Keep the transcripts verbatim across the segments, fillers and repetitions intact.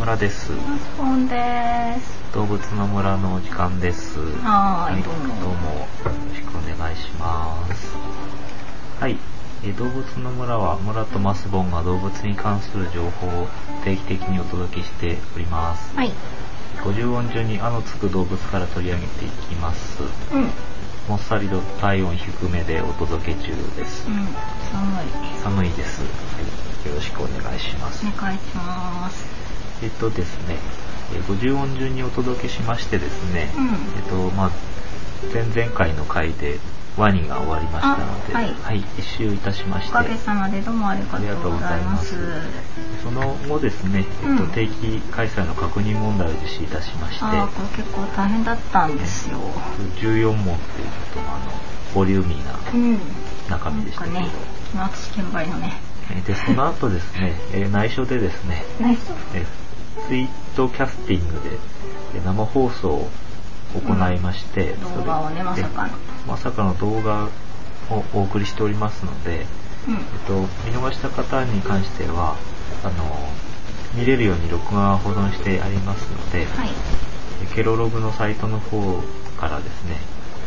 村です。 マスコンです。 動物の村のお時間です。 はい、はい、どうも。 どうもよろしくお願いします。はい、え動物の村は村とマスボンが動物に関する情報を定期的にお届けしております。 はい。 ごじゅう音順にあのつく動物から取り上げていきます。 うん。 もっさりと体温低めでお届け中です。 うん。寒い。 寒いです。はい。よろしくお願いします。 お願いします。 えっとですね、ごじゅう音順にお届けしましてですね、 うん、 えっとまあ前々回の回でワニが終わりましたので、 はい、 はい、一周いたしまして、 おかげさまでどうもありがとうございます。 その後ですね、えっと、 うん、 定期開催の確認問題を実施いたしまして、 あこれ結構大変だったんですよ。 じゅうよん問っていうちょっとあのボリューミーな中身でしたけど、うん、 ね、私券売のね。 でその後ですね、えー、内緒でですね、 内緒えツイートキャスティングで生放送を行いまして、 うん、動画をねまさかのまさかの動画をお送りしておりますので、 うん、 えっと、見逃した方に関してはあの見れるように録画を保存してありますので、 はい、 ケロログのサイトの方からですね、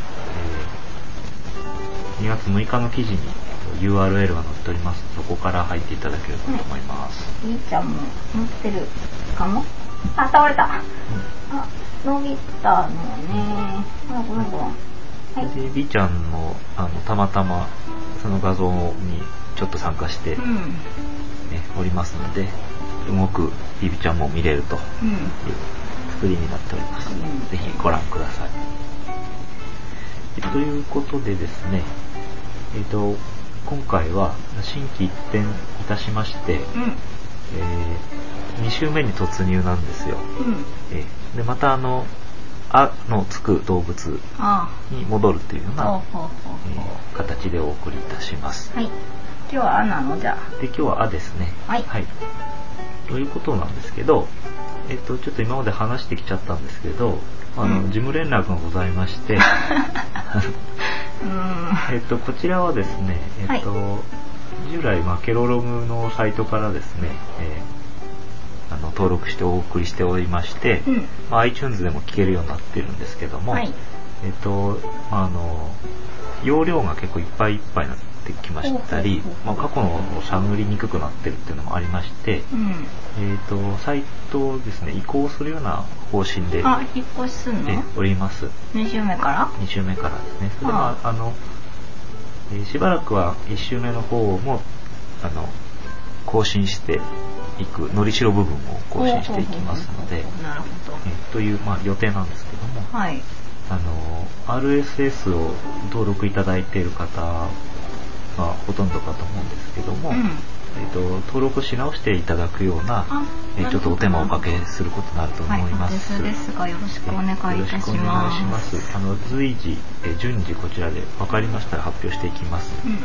えー、にがつむいかの記事に ユーアールエル が載っております。そこから入っていただければと思います。 いいちゃんも持ってるかも。あ、倒れた。うん、あ、伸びたのね。あ、ごめんごめん。はい、 で B ちゃんの、あのたまたまその画像にちょっと参加して、 うんね、おりますので、動く B ちゃんも見れるという作りになっております。うん、ぜひご覧ください。えということでですね、えっと今回は心機一転いたしまして、うん、えー、に週目に突入なんですよ。うん、えー、でまたあのあのつく動物に戻るというようなえー、形でお送りいたします。 はい。今日はあなのじゃあ。 で今日はあですね。 はい。 はい。ということなんですけど、えっとちょっと今まで話してきちゃったんですけど、あの、うん、事務連絡がございまして、えっとこちらはですね、えっと、はい、従来まあケロログのサイトからですね。えーあの登録してお送りしておりまして、うん、まあ、iTunes でも聞けるようになってるんですけども、はい、えっと、まあ、あの容量が結構いっぱいいっぱいになってきましたり、まあ、過去のを探りにくくなってるっていうのもありまして、うん、えっとサイトをですね移行するような方針であ引っ越しすんのおります。 に週目からに週目からですね。それでまああの、えー、しばらくはいっ週目の方もあの更新していくのりしろ部分を更新していきますので、 なるほど、 えという、まあ、予定なんですけども、 はい、 あの アールエスエス を登録いただいている方がほとんどかと思うんですけども、うん、えー、と登録し直していただくような、えー、ちょっとお手間をおかけすることになると思います。 はい、ですがよろしくお願いいたします。よろしくお願いします。 あの随時、えー、順次こちらで分かりましたら発表していきます、うんうん、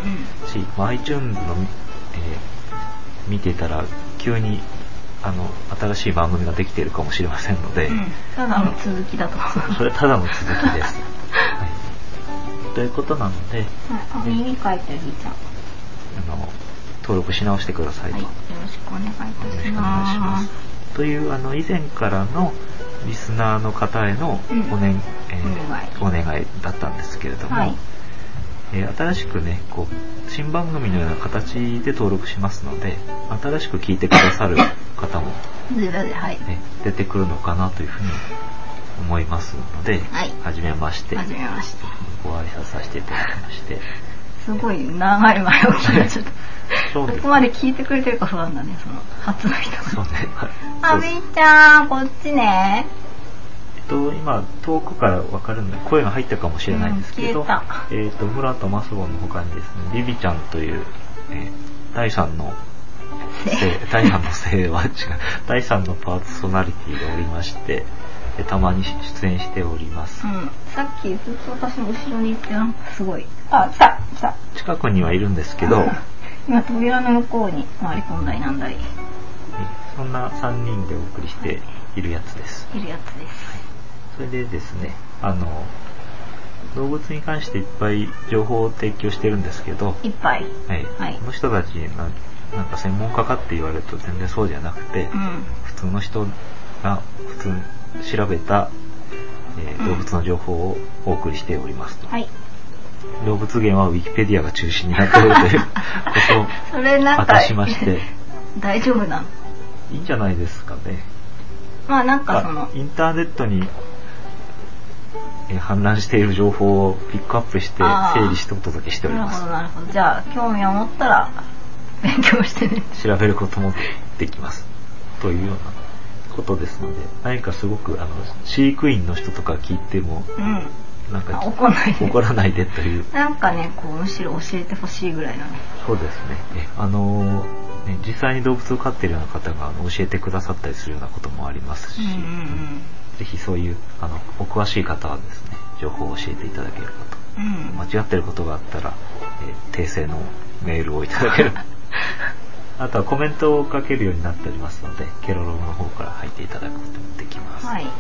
し、まあ、iTunes の、えー見てたら急にあの新しい番組ができているかもしれませんので、うん、 ただの続きだとそれはただの続きです、はい、ということなので、 はい、耳書いてるひーちゃんあの登録し直してくださいと、はい、よろしくお願いいたします。よろしくお願いしますというあの以前からのリスナーの方へのお,、ねうんえー、お願いだったんですけれども、はい、えー、新しくねこう新番組のような形で登録しますので、新しく聞いてくださる方も、 はい、 ね、出てくるのかなというふうに思いますので、 はい、 はじめましてはじめましてご挨拶させていただきまして、 すごい長い前置きになっちゃったそうです、ここまで聞いてくれてるか不安だね、その初の人が。 そうね、 あびーちゃんこっちね。 と今遠くから分かるので声が入ったかもしれないんですけど、うん、えー、と村とマスボンの他にですねビビちゃんという、えー、だいさんのだいさんの性は違うだいさんのパーソナリティがおりまして、えたまに出演しております、うん、 さっきずっと私の後ろにいてすごいあ来た来た近くにはいるんですけど今扉の向こうに回り込んだりなんだり、 そんなさんにんでお送りしているやつです、 いるやつです、はい、 それでですねあの動物に関していっぱい情報を提供してるんですけど、 いっぱい、 はいはい、この人たちなんか専門家かって言われると全然そうじゃなくて、うん、普通の人が普通に調べた、えー、動物の情報をお送りしておりますと、はい、動物源はウィキペディアが中心になっているということをそれなんか明かしまして大丈夫なの？ いいんじゃないですかね。 まあなんかそのインターネットに、えー、氾濫している情報をピックアップして整理してお届けしております。 なるほどなるほど。じゃあ興味を持ったら勉強してね。 調べることもできますというようなことですので、何かすごくあの飼育員の人とか聞いても、うん、なんか怒らないで怒らないでというなんかねこうむしろ教えてほしいぐらいのね。 そうですね。えあのーね、実際に動物を飼っているような方が教えてくださったりするようなこともありますし、うんうんうん、ぜひそういうあのお詳しい方はですね情報を教えていただければと、うん、間違っていることがあったら、えー、訂正のメールをいただければあとはコメントを書けるようになっておりますのでケロログの方から入っていただくこともできます、はいはい、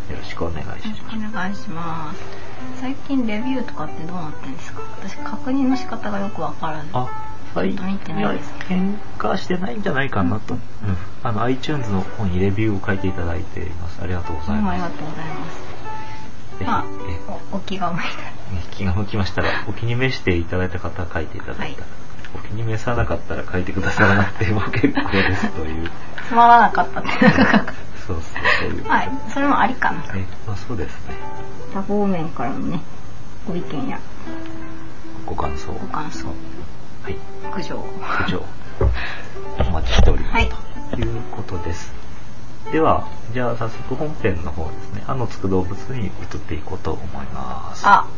よろしくお願いします。 よろしくお願いします。最近レビューとかってどうなってるんですか？私確認の仕方がよくわからない。 あはい、いや変化してないんじゃないかなと、うんうん、あの iTunes の方にレビューを書いていただいています。ありがとうございます。 ありがとうございます。ぜひ、まあ、お, お気が向いたら気が向きましたらお気に召していただいた方は書いていただいたら、はい、お気に召さなかったら書いてくださらなくても結構ですというつまらなかったってそうそうそういうはいそれもありかな。 え、まあ、そうですね。 多方面からのねご意見やご感想ご感想はい、 苦情苦情お待ちしております、はい、ということです。ではじゃあ早速本編の方ですね、あのつく動物に移っていこうと思います。 あ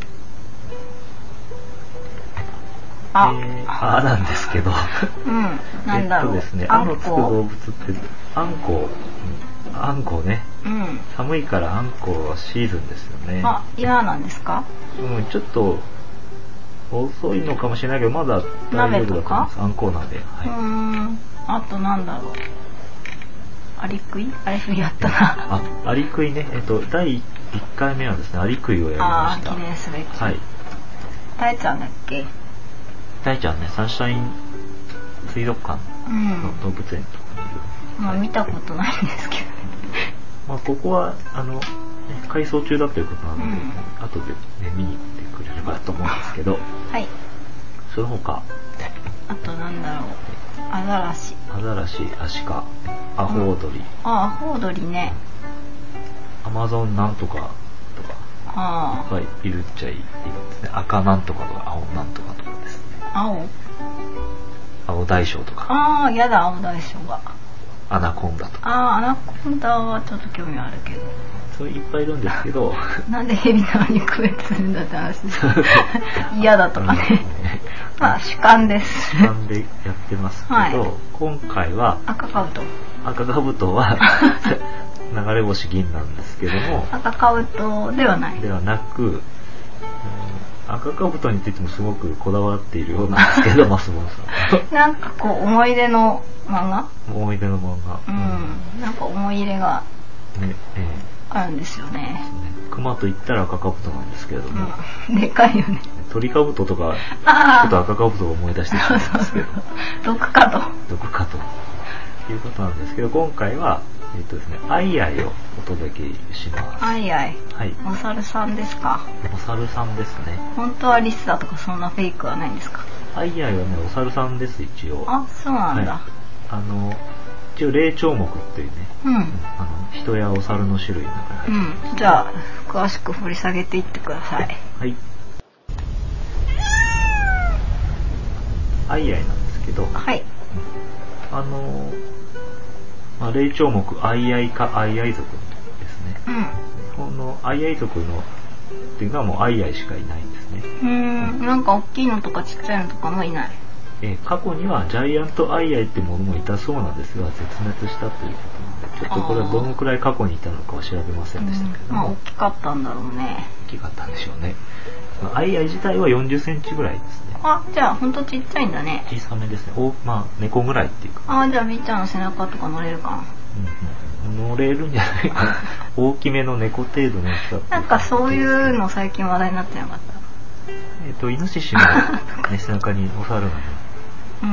あ、えー、あなんですけどうんなんだろう、 えっとですね、あのつく動物ってあんこあんこね、うん、寒いからあんこはシーズンですよね。 あ今なんですか？ うんちょっと遅いのかもしれないけどまだ大丈夫だと思います。あんこ鍋、はい、うーんあとなんだろうアリクイアリクイやったなあアリクイね、えっとだいいっかいめはですねアリクイをやりました。 あ記念すべき。 はいタイちゃんだっけ？ タイちゃんねサンシャイン水族館の動物園とかにいる、 うんまあ、見たことないんですけどまあここはあの改装中だということなので、うん、後で、ね、見に行ってくれればと思うんですけど、 はい。 その他あとなんだろう、アザラシ、 アザラシ、アシカ、アホウドリ、うん、 あ、アホウドリね、 アマゾンなんとかとか、あいっぱいいるっちゃいるんですね。赤なんとかとか青なんとかとかですね。 青？ 青大将とか。 ああ、やだ青大将が。 アナコンダとか。 ああ、アナコンダはちょっと興味あるけど。 そういっぱいいるんですけど。 なんでヘビなのに区別するんだって話です。嫌だとかね。まあ主観です。 主観でやってますけど、はい、今回は赤カブト。 赤カブトは流れ星銀なんですけども。 赤カブトではない。 ではなく、うん、赤カブトについてもすごくこだわっているようなんですけど、マスボンさん。 なんかこう思い出の漫画？ 思い出の漫画。 うん。なんか思い入れが。ね、えー、あるんですよね。 クマと言ったら赤カブトなんですけれども、 うん、でかいよね。 鳥カブトとかちょっと赤カブトを思い出してしまうんですけど、 毒かと毒かということなんですけど、今回はえっとですね、アイアイをお届けします。 アイアイ、はい、お猿さんですか？ お猿さんですね。 本当はリスだとかそんなフェイクはないんですか？ アイアイはね、お猿さんです一応。 あ、そうなんだ。はい、あの一応霊長目っていうね、うん、あの人やお猿の種類の中に入ってます、 うん、じゃあ詳しく掘り下げていってください。 はい。アイアイなんですけど、 はい。 あの、まあ、霊長目アイアイかアイアイ族ですね。うん。日本のアイアイ族のっていうのはもうアイアイしかいないんですね。 うーん、なんか大きいのとかちっちゃいのとかもいない。 えー、過去にはジャイアントアイアイってものもいたそうなんですが絶滅したということなので、ちょっとこれはどのくらい過去にいたのかは調べませんでしたけども、 うん、まあ大きかったんだろうね。 大きかったんでしょうね。まあ、アイアイ自体はよんじゅっセンチぐらいですね。 あ、じゃあほんとちっちゃいんだね。 小さめですね。お、まあ猫ぐらいっていうか。 あ、じゃあみっちゃんの背中とか乗れるかな。 うんうん、乗れるんじゃないかな。大きめの猫程度のやつだった。 なんかそういうの最近話題になってなかった。 えっとイノシシの、ね、背中にお猿がねうんうん。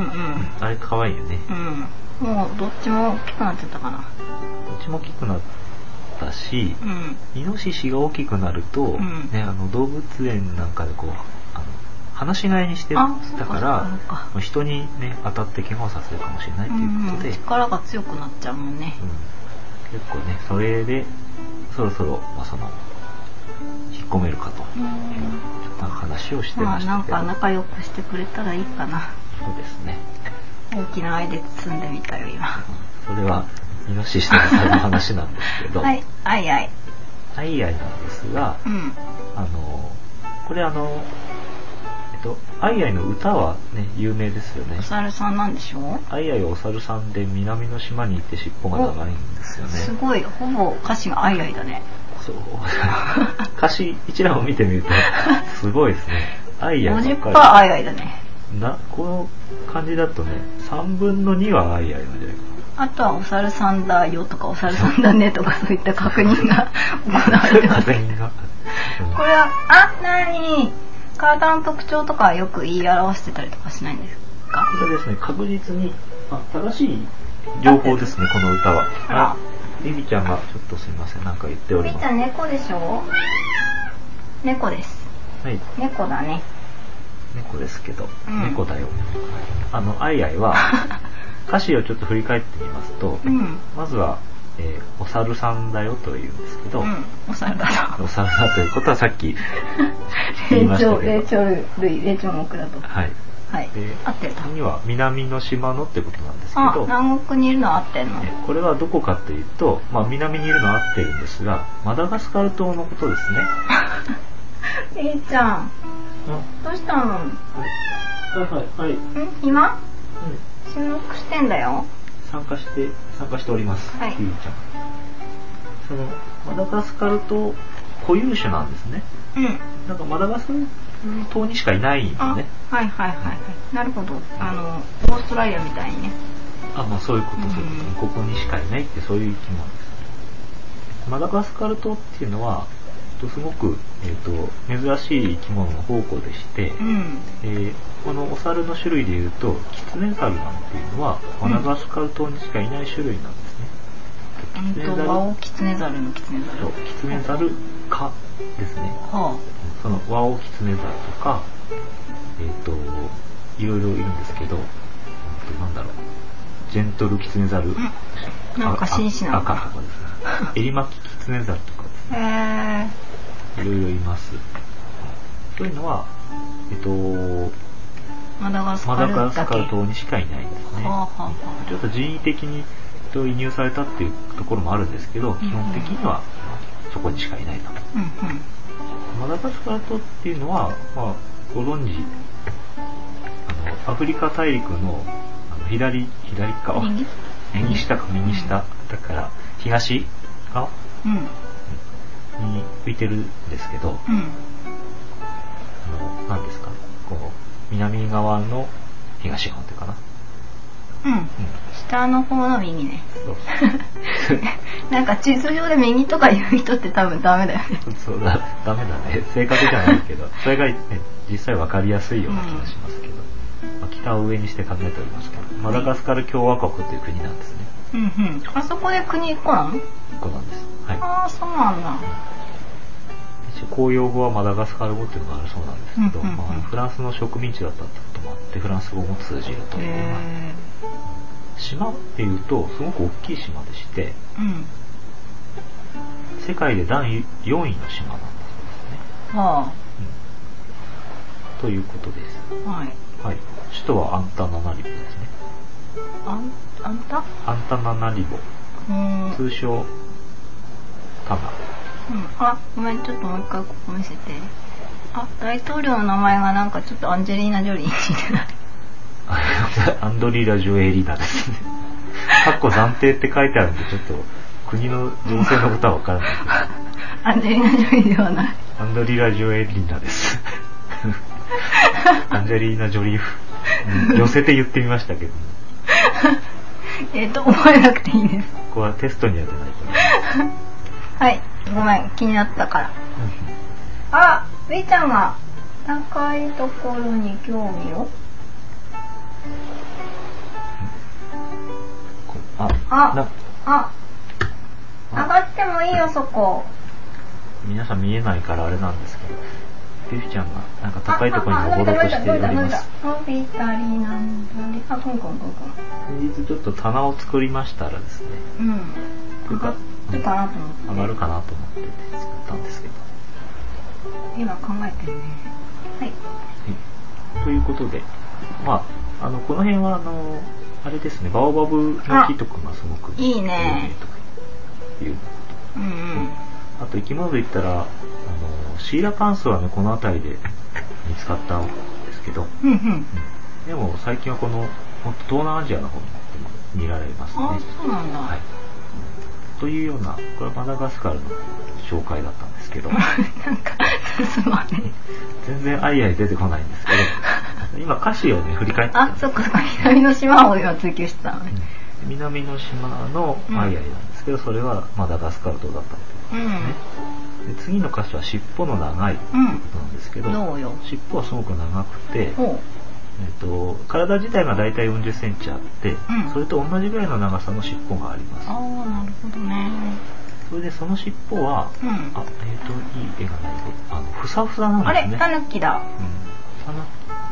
あれ可愛いよね。 うん。もうどっちも大きくなっちゃったかな。 どっちも大きくなったし、うん、イノシシが大きくなると、うん、ね、あの動物園なんかでこうあの放し飼いにしてたから人にね当たって怪我をさせるかもしれないということで、うんうん、 力が強くなっちゃうもんね。 うん、結構ねそれでそろそろ、まあ、その引っ込めるかという話をしてましたけど、 まあ、なんか仲良くしてくれたらいいかな。 そうですね。 大きな愛で包んでみたよ今。 それはイノシシとウサギの話なんですけど、 はい、あいあい。 あいあいなんですが、うん、あのこれあのえっとあいあいの歌はね有名ですよね。 お猿さんなんでしょう。 あいあいはお猿さんで南の島に行って尻尾が長いんですよね。 すごい、ほぼ歌詞があいあいだね。 そう歌詞一覧を見てみるとすごいですね。あいあいばっかり。 ごじゅっパーセントあいあいだね。 なこの感じだとねさんぶんのにはあいあいなんじゃないかな。 あとはお猿さんだよとかお猿さんだねとかそういった確認が行われてます。確認が、うん、これはあなに体の特徴とかよく言い表してたりとかしないんですか。 これですね確実にあ正しい情報ですねこの歌は。あリビちゃんがちょっとすいませんなんか言っております。 リビちゃん猫でしょ。猫です。 はい。 猫だね。 猫ですけど、うん、猫だよ。あのあいあいは歌詞をちょっと振り返ってみますと、うん、まずは、えー、お猿さんだよというんですけど、うん、 お猿だな。 お猿だということはさっき言いましたけど、 霊長類、霊長目だと。 はい。 はい。で、合ってると。 には南の島のってことなんですけど、 あ、南国にいるのは合ってるの。 これはどこかというと、まあ南にいるのは合ってるんですが、マダガスカル島のことですね。 えいちゃん、どうしたの？はいはいはい。 ん？今？うん。収録してんだよ。 参加して参加しております。 はい。 ゆうちゃん。そのマダガスカル島固有種なんですね。 うん。 なんかマダガスカル島にしかいないんですね。はいはいはいはい。なるほど。あのオーストラリアみたいにね。 あ、まあそういうことそういうこと。ここにしかいないってそういう生き物です。マダガスカル島っていうのはすごく、えー、と珍しい生き物の宝庫でして、うんえー、このお猿の種類でいうとキツネザルなんていうのはマダガスカル島にしかいない種類なんですね。 うん、キツネザル、ワオキツネザルのキツネザル。 そう、キツネザル科ですね。はあ、そのワオキツネザルとか、えっ、ー、といろいろいるんですけど、なんだろう、ジェントルキツネザル、うん、 なんか紳士なのかな。 赤とかですね。エリマキキツネザルとかですね。 へいろいろいます。というのは、えっと、 マダガスカル島にしかいないんですね。はあはあ、ちょっと人為的に移入されたっていうところもあるんですけど、基本的にはそこにしかいないと。うんうん、マダガスカル島っていうのは、まあ、ご存知、あのアフリカ大陸の、あの左左側、右、右下か右下、うん、だから東側、うんに浮いてるんですけど、うん、あの何ですかこう南側の東側っていうかな、 うん、うん、下の方の右ね。なんか地図上で右とか言う人って多分ダメだよね。 そうだダメだね正確じゃないけどそれが、ね、実際分かりやすいような気がしますけど、うんまあ、北を上にして考えておりますけどマダガスカル共和国という国なんですね。 うんうん、あそこで国いっこなの？いっこなんです。はい、 ああそうなんだ。 公用語はマダガスカル語っていうのがあるそうなんですけど、うんうんうんまあ、フランスの植民地だったってこともあってフランス語も通じるという、まあ、島っていうとすごく大きい島でして、うん、世界でだいよんいの島なんだそうですね。はあうん、ということです。はい、はい、首都はアンタナナリボですね。 アンアンタアンタナナリボ、通称タナ。 うん、あ、ごめん、ちょっともう一回ここ見せて。あ、大統領の名前がなんかちょっとアンジェリーナ・ジョリーに似てない。 アンドリーラ・ジョエリーナですね。かっこ暫定って書いてあるんで、ちょっと国の情勢のことは分からないけど。 アンジェリーナ・ジョリーではない。 アンドリーラ・ジョエリーナです。アンジェリーナ・ジョリーフ。寄せて言ってみましたけど。 えっと、覚えなくていいです。 ここはテストには出ないと。はい。ごめん、気になったから。あ、レイちゃんが高いところに興味を。 あ、あ、上がってもいいよそこ。 皆さん見えないからあれなんですけど、ビフちゃんがなんか高いところに登ろうとしております。 伸びたりなんだり、あ、コンコンコンコン。 先日ちょっと棚を作りましたらですね。 うん。上がるかなと思って。 上がるかなと思って作ったんですけど。 今考えてるね。はい。はい。 ということで、まああのこの辺はあのあれですね、バオバブの木とかがすごくいいね。 という。 うんうん。 あと生き物で言ったら、あのシーラカンスはねこの辺りで見つかったんですけど、 うんうん、 でも最近はこの東南アジアの方に見られますね。 あ、そうなんだ。はい。 というような、これはマダガスカルの紹介だったんですけど、 なんかすまね。 全然アイアイ出てこないんですけど、今歌詞をね振り返ってたんです。 あ、そっかそっか、南の島を今追求してたのね。 うん、南の島のアイアイなんですけど、うん、それはマダガスカル島だったということですね。うん、で次の歌詞は尻尾の長いということなんですけど、 どうよ。 尻尾はすごく長くて、えっと、体自体がだいたいよんじゅっセンチあって、うん、それと同じぐらいの長さの尻尾があります。 ああ、なるほどね。 それでその尻尾は、うん、あ、えっ、ー、と、いい絵がないと、あの、ふさふさなんですね。 あれ、タヌキだ。 うん。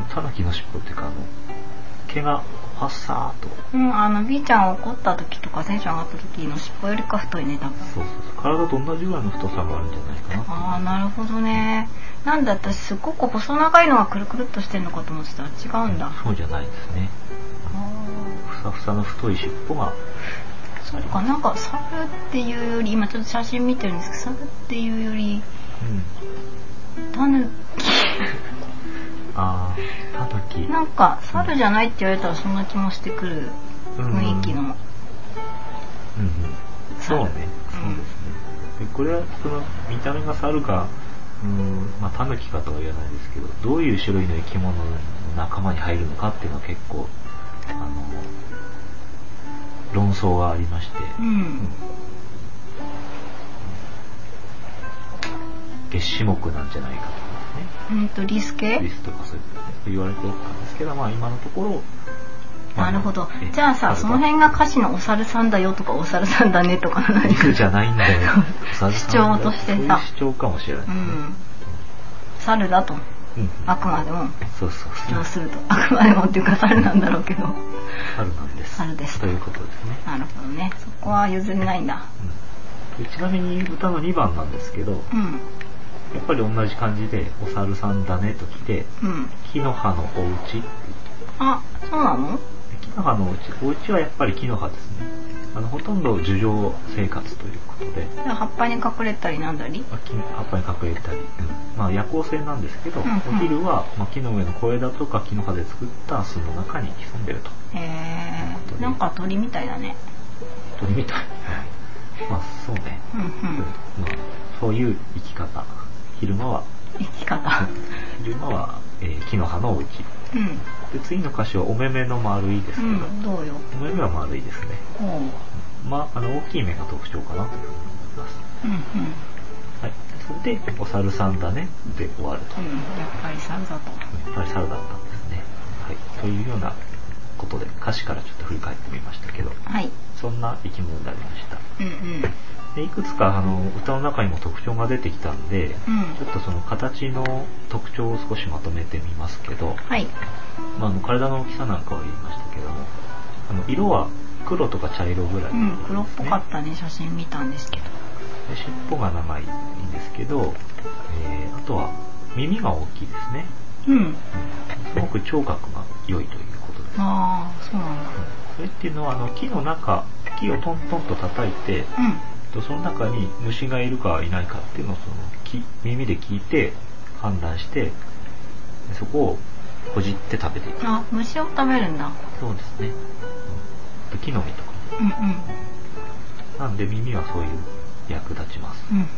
タヌキの尻尾っていうか、あの、毛がパッサーと。 うん、あの、B ちゃん怒った時とかテンション上がった時の尻尾よりか太いね、多分。 そうそうそう。体と同じぐらいの太さがあるんじゃないかな。 ああ、なるほどね。なんだ、私すごく細長いのがくるくるっとしてるのかと思ってたら違うんだ。 そうじゃないですね。ふさふさの太い尻尾が。 そうか、なんか猿っていうより、今ちょっと写真見てるんですけど、猿っていうより、うん、タヌキ。 ああ、タヌキ。 なんか猿じゃないって言われたらそんな気もしてくる雰囲気の。うんうん。うんうん、 そうね、そうですね。でこれはその見た目が猿か、うーん、まあタヌキかとは言わないですけど、どういう種類の生き物の仲間に入るのかっていうのは結構あの論争がありまして、うんうん、月種目なんじゃないかとかですね。うんとリス系？ リスとかそういうこと言われておったんですけど、まあ今のところ。 なるほど。じゃあさ、その辺が歌詞のお猿さんだよとかお猿さんだねとかリスじゃないんだよ。 主張としてさ。そういう主張かもしれないですね。うん、 猿だと。うん、あくまでもそうそう主張すると、あくまでもっていうか猿なんだろうけど猿なんです猿ですということですね。 なるほどね、そこは譲れないんだ、 うん、でちなみに歌のにばんなんですけど、うん、やっぱり同じ感じでお猿さんだねときて、うん、木の葉のお家。 あ、そうなの？ 木の葉のお家、お家はやっぱり木の葉ですね。あのほとんど樹上生活ということで、 葉っぱに隠れたりなんだり、 葉っぱに隠れたり、うん、まあ夜行性なんですけど、うんうん、お昼は、まあ、木の上の小枝とか木の葉で作った巣の中に潜んでると。 へえ、なんか鳥みたいだね。 鳥みたい。まあそうね、うんうん、まあ、そういう生き方。昼間は生き方昼間は、えー、木の葉のお家、うん、で次の歌詞はお目目の丸いですけど、うん、 どうよ、 お目目は丸いですね、うん、まあ、あの大きい目が特徴かなというふうに思います、うんうん、はい、それでお猿さんだねで終わると、うん、 やっぱり猿だと、やっぱり猿だったんですね、はい、というようなことで歌詞からちょっと振り返ってみましたけど、はい、そんな生き物になりました、うんうん、でいくつかあの歌の中にも特徴が出てきたんで、うん、ちょっとその形の特徴を少しまとめてみますけど、はい、まあ、あの体の大きさなんかは言いましたけども、あの色は黒とか茶色ぐらい、ね、 うん、黒っぽかったね、写真見たんですけど、 で尻尾が長いんですけど、えー、あとは耳が大きいですね、うんうん、すごく聴覚が良いということです。 ああ、そうなんだ、うん、 それっていうのはあの木の中、木をトントンと叩いて、うん、その中に虫がいるかいないかっていうのをその木耳で聞いて判断して、そこをほじって食べていく。 あ、虫を食べるんだ。 そうですね、うん、木の実とか、うんうん、なんで耳はそういう役立ちます、うんうんうん、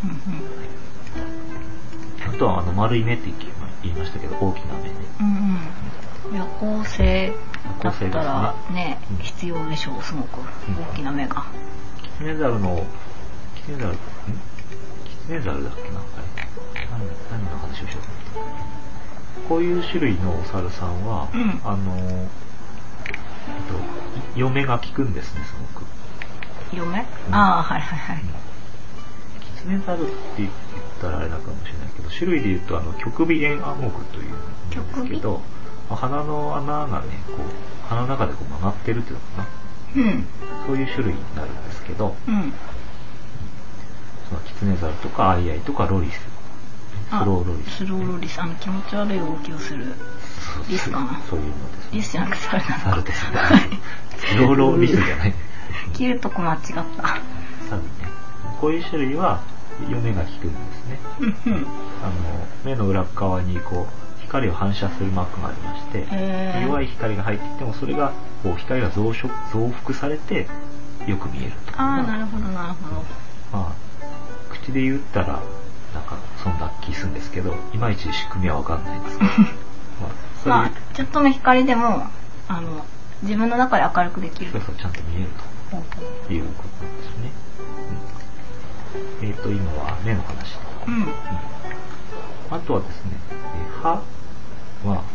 はい、あとはあの丸い目って言いましたけど大きな目ね、うんうん、夜行性だったら ね, ね、うん、必要でしょう、すごく大きな目が、 キツネザルのキツネザルんキツネザルだっけな、あれ 何, 何の話をしようかな、こういう種類のお猿さんは、うん、あの、えっと、嫁が効くんですね、すごく。 色目、うん、ああはいはいはい、 キツネザルって言ったらあれだかもしれないけど、種類で言うとあの曲尾円暗目というんですけど、鼻の穴がねこう鼻の中でこう曲がってるっていうのかな、うん、そういう種類になるんですけど、うん、そのキツネザルとかアイアイとかロリス、スローロリス、 スローロリス、あの気持ち悪い動きをするリスかな。 そういうのですね。 リスじゃなくて猿なのか。 猿ですね。スローロリスじゃない。 切るとこ間違った。猿ね。 こういう種類は読めが効くんですね。あの目の裏側にこう光を反射する膜がありまして、弱い光が入ってきてもそれがこう光が増殖増幅されてよく見えると。 ああなるほどなるほど。 まあ口で言ったらなんかそんな気するんですけど、いまいち仕組みは分かんないですけど、まあ、 まあ、ちょっとの光でもあの自分の中で明るくできる。 そうそうちゃんと見えるということなんですね。うん、えっ、ー、と今は目の話、うんうん、あとはですね、えー、歯は、うん、あの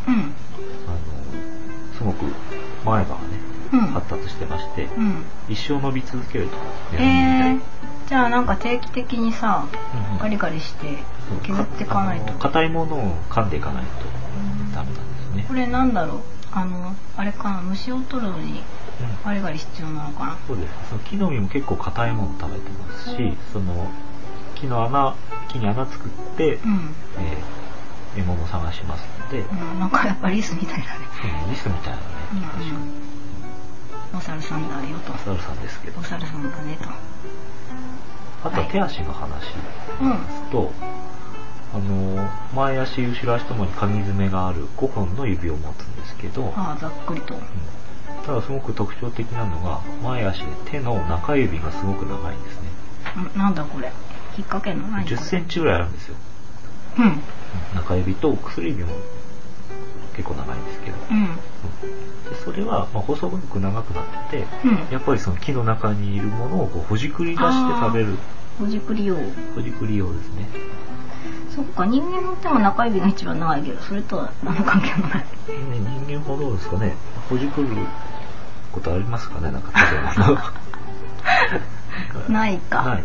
すごく前歯がね、うん、発達してまして、うん、一生伸び続けると。 えーじゃあなんか定期的にさ、うんうん、ガリガリして削っていかないと。 硬いものを噛んでいかないとダメなんですね。 これなんだろう、あのあれかな、虫を取るのにガリガリ必要なのかな。 うん、そうです。その木の実も結構硬いもの食べてますし、その木の穴木に穴作って、うん、えー、獲物を探しますので、 うん、なんかやっぱリスみたいだね。 うん、リスみたいなね。うんうん、確かに。 お猿さんだよと。 お猿さんですけど。 お猿さんだねと。 あとは手足の話ですと、はい、あの前足後ろ足ともに鍵爪があるごほんの指を持つんですけど、 ああざっくりと、うん、 ただすごく特徴的なのが前足で手の中指がすごく長いんですね。 んなんだこれ、引っ掛けのないじゅっセンチぐらいあるんですよ、うん、中指と薬指も結構長いんですけど、うんうん、でそれはまあ細く長くなってて、うん、やっぱりその木の中にいるものをこうほじくり出して食べる。 ほじくり用。 ほじくり用ですね。 そっか、人間の手も中指が一番長いけど、それとは何の関係もない。 ね、人間ほどですかね。ほじくることありますかね、なんか食べ物。 ないか。 ないね。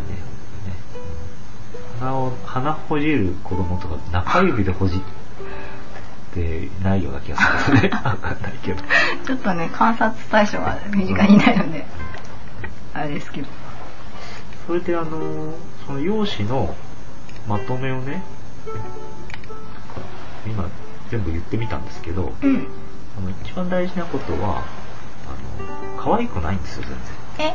鼻を鼻ほじる子供とか中指でほじってないような気がするんですね。わかんないけど。 ちょっとね、観察対象が身近にいないので、あれですけど。 それであのその用紙のまとめをね、今全部言ってみたんですけど、うん、あの一番大事なことはあの可愛くないんですよ、全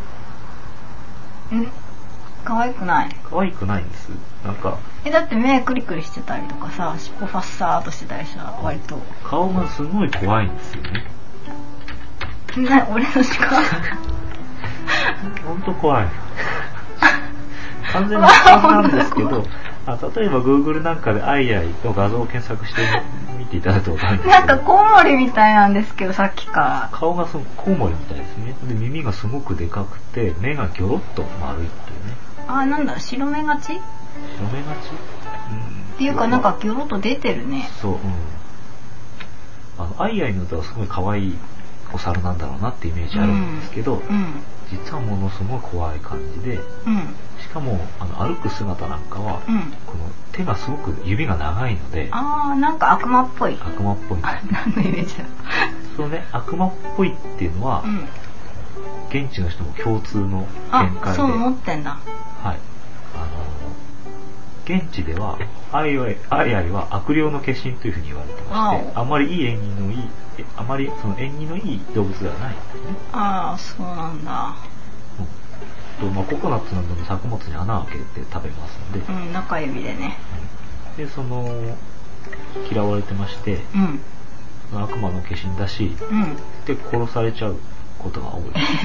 然。え？ん？可愛くない？ 可愛くないんです。なんかえだって目クリクリしてたりとかさ、尻尾ファッサーっとしてたりさ、割と顔がすごい怖いんですよね。 な、俺の視界本当怖い。完全に不安なんですけど、あ例えば Google なんかでアイアイの画像を検索してみていただくと分かるんですけど、 なんかコウモリみたいなんですけど、さっきから顔がすごくコウモリみたいですね。で耳がすごくでかくて目がギョロッと丸いっていうね。 あ、なんだ、白目がち？ 白目がち？ うん、っていうかなんかギョロッと出てるね。 そう、うん、あのアイアイの歌はすごい可愛いお猿なんだろうなってイメージあるんですけど、うんうん、実はものすごい怖い感じで、うん、しかもあの歩く姿なんかは、うん、この手がすごく指が長いので、 あーなんか悪魔っぽい。 悪魔っぽい。 何のイメージだ。 そのね悪魔っぽいっていうのは、うん、現地の人も共通の見解で。 あ、そう思ってんだ。 はい。あの現地ではアイアイ、アイアイは悪霊の化身というふうに言われてまして、あまりいい縁起のいいあまりその縁起のいい動物ではないんですね。 ああ、そうなんだ。 うん、とまあココナッツなどの作物に穴を開けて食べますので、 うん、中指でね。 でその嫌われてまして、うん、悪魔の化身だし、うん、で殺されちゃうことが多い。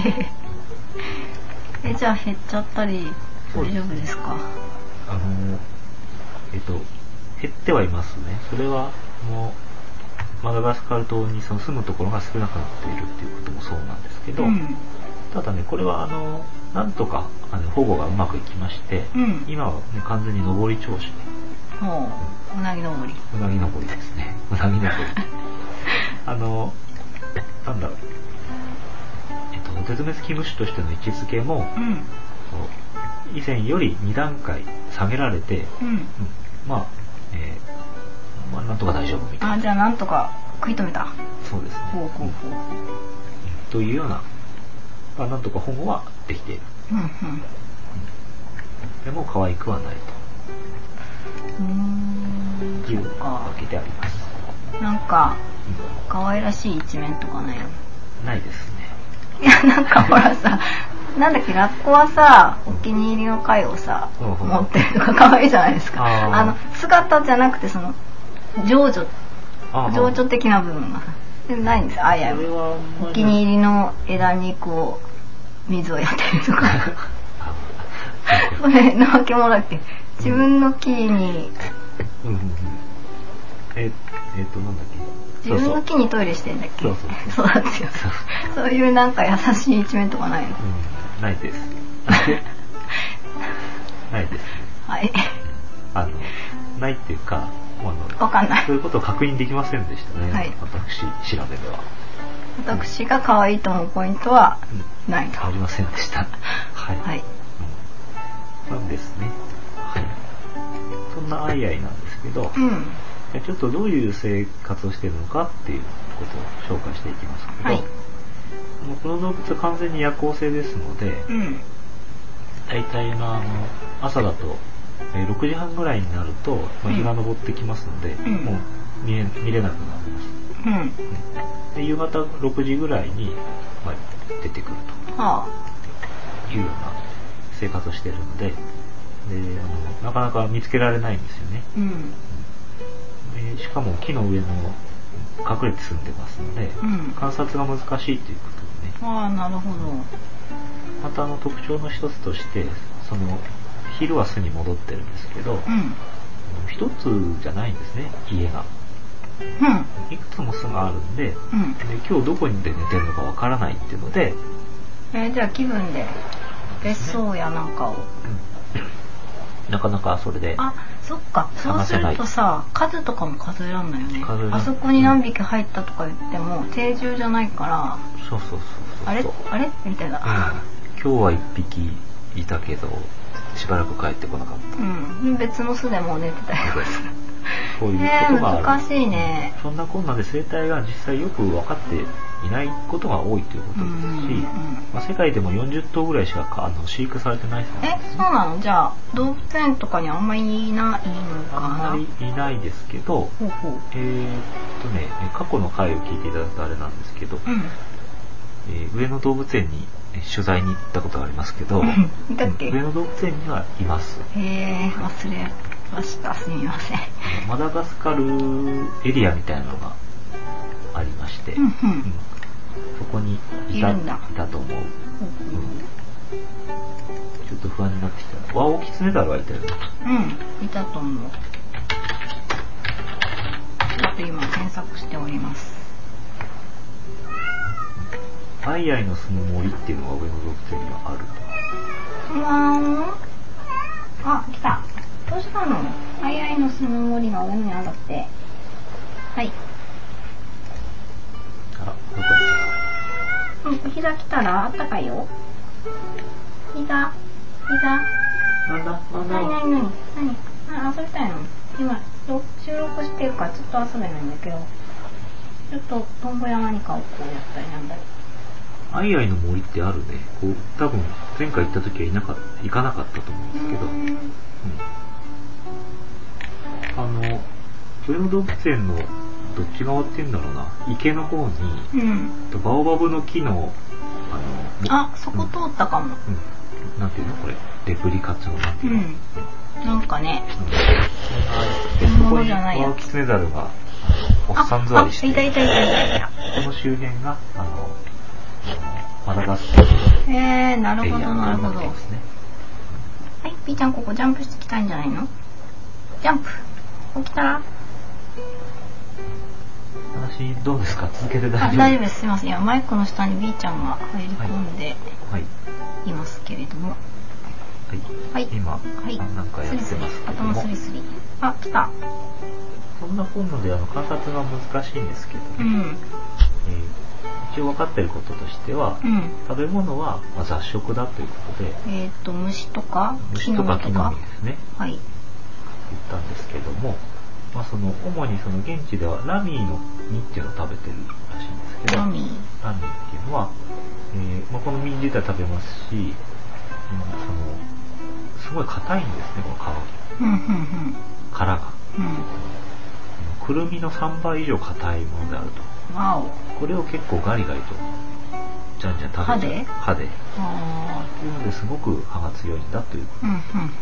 えじゃあ減っちゃったり大丈夫ですか？ あのえっと減ってはいますね。それはもうマダガスカル島にその住むところが少なくなっているっていうこともそうなんですけど、うん、ただねこれはあのなんとかあの保護がうまくいきまして、うん、今は、ね、完全に上り調子で、 ほう、うなぎ登りうなぎ登りですね。うなぎ登りあのなんだろうえっとそう絶滅危惧種としての位置づけも、うん、以前よりに段階下げられて、うんうん、まあ、えーまあ、なんとか大丈夫みたいな。 あ、じゃあなんとか食い止めた。 そうですね。ほうほうほう、うん、というような、まあ、なんとか保護はできている。うんうんうん、でも可愛くはないと。うーん、いうわけであります。 なんか、うん、可愛らしい一面とかないの？ ないですね。 いや、なんかほらさ、なんだっけ、ラッコはさ、お気に入りの貝をさ、うん、持ってるとか可愛いじゃないですか。あ, あの姿じゃなくてその情緒、情緒的な部分がないんですよ。あやはお気に入りの枝にこう水をやってるとか。それなわけもだっけ。自分の木に、うんうんうん、 ええー、となんだっけ。 自分の木にトイレしてんだっけ。 そうそうそう。 そうなんですよ。そういうなんか優しい一面とかないの？ うん、ないです。ないですね。 はい。 あのないっていうか、あのわかんない。 そういうことを確認できませんでしたね。はい、私調べでは。 私が可愛いと思うポイントはないと。 うん、ありませんでした。はい。はい。うん、なんですね。はい。そんなアイアイなんですけど。うん。ちょっとどういう生活をしているのかっていうことを紹介していきますけど、はい、この動物は完全に夜行性ですので、うん、大体のあの朝だとろくじはんぐらいになると、まあ、日が昇ってきますので、うん、もう見え、見れなくなります、うんうん、で夕方ろくじぐらいに、まあ、出てくると、はあ、いうような生活をしているので、であのなかなか見つけられないんですよね、うん、しかも木の上の隠れて住んでますので、うん、観察が難しいということでね。 ああ、なるほど。 またあの特徴の一つとして、その昼は巣に戻ってるんですけど、うん、一つじゃないんですね、家が。うん、いくつも巣があるんで、うん、で今日どこにで寝てるのかわからないっていうので、 えー、じゃあ気分で別荘やなんかを、 うん、なかなかそれで。 あ、そっか。そうするとさ、数とかも数えらんないよね。あそこに何匹入ったとか言っても定住じゃないから。 そうそうそうそう。 あれあれみたいな、うん。 今日は一匹いたけどしばらく帰ってこなかった。 うん。別の巣でもう寝てたりとか。 そういうことがある。 難しいね。 そんなこんなで生態が実際よく分かっていないことが多いということですし、まあ、世界でもよんじゅっとうぐらいしかあの飼育されてないそうなんです、 ね。え、そうなの？じゃあ動物園とかにあんまりいないのかな？ あんまりいないですけど、ほうほう、えー、っとね過去の回を聞いていただくとあれなんですけど、うん、えー、上野動物園に取材に行ったことがありますけど、 だっけ？ 上野動物園にはいます。 へえ、忘れました。すみません。 マダガスカルエリアみたいなのがありまして、うんうんうん、そこにいた、いたと思う、うんうん、ちょっと不安になってきた。ワオキツネザルはいたよね。 うん、いたと思う。ちょっと今検索しております。 アイアイの住む森っていうのが上野動物園にはあると。 うわー、あ、来た。どうしたの？アイアイの住む森が上野にあるって。はい。 あ、どこに？ うん、膝来たらあったかいよ。膝、膝。 なんだなんだ。 なになになになに？あ、遊びたいの？今収録してるからちょっと遊べないんだけど、ちょっとトンボや何かをこうやったりなんだり。 アイアイの森ってあるね。こう多分前回行った時はいなか行かなかったと思うんですけど、うん、あの上野動物園のどっち側っていうんだろうな、池の方に、うん、バオバブの木のあのあそこ通ったかも、うんうん、なんていうのこれレプリカツのなんていうの、 うん、なんかね、 うん、でそこにワオキツネザルがおっさん座りしている。 いたいたいたいた。 この周辺があのマダガスカルのエリアになってますね。はい、ピーちゃんここジャンプしてきたいんじゃないの？ジャンプ。ここ来たら？ 話どうですか？続けて大丈夫？ 大丈夫です。すいません。いやマイクの下に B ちゃんが入り込んでいますけれども。はい。 はい、今、はい、何回やってますけども。 頭スリスリ。あ、来た。 そんなこんなであの観察が難しいんですけどね。うん、えー一応分かっていることとしては、うん、食べ物はまあ雑食だということで、 えっと虫とか虫とか木の実ですね、 はい、 言ったんですけども、まあ、その主にその現地ではラミーの実っていうのを食べてるらしいんですけど、 ラミーラミーっていうのは、えーまあ、この実自体食べますし、うん、そのすごい硬いんですね、この皮が、 うんうんうん、 殻が、 うん、 くるみのさんばい以上硬いものであると。 わお。 これを結構ガリガリとじゃんじゃん食べちゃう。 歯で歯であというのですごく歯が強いんだということ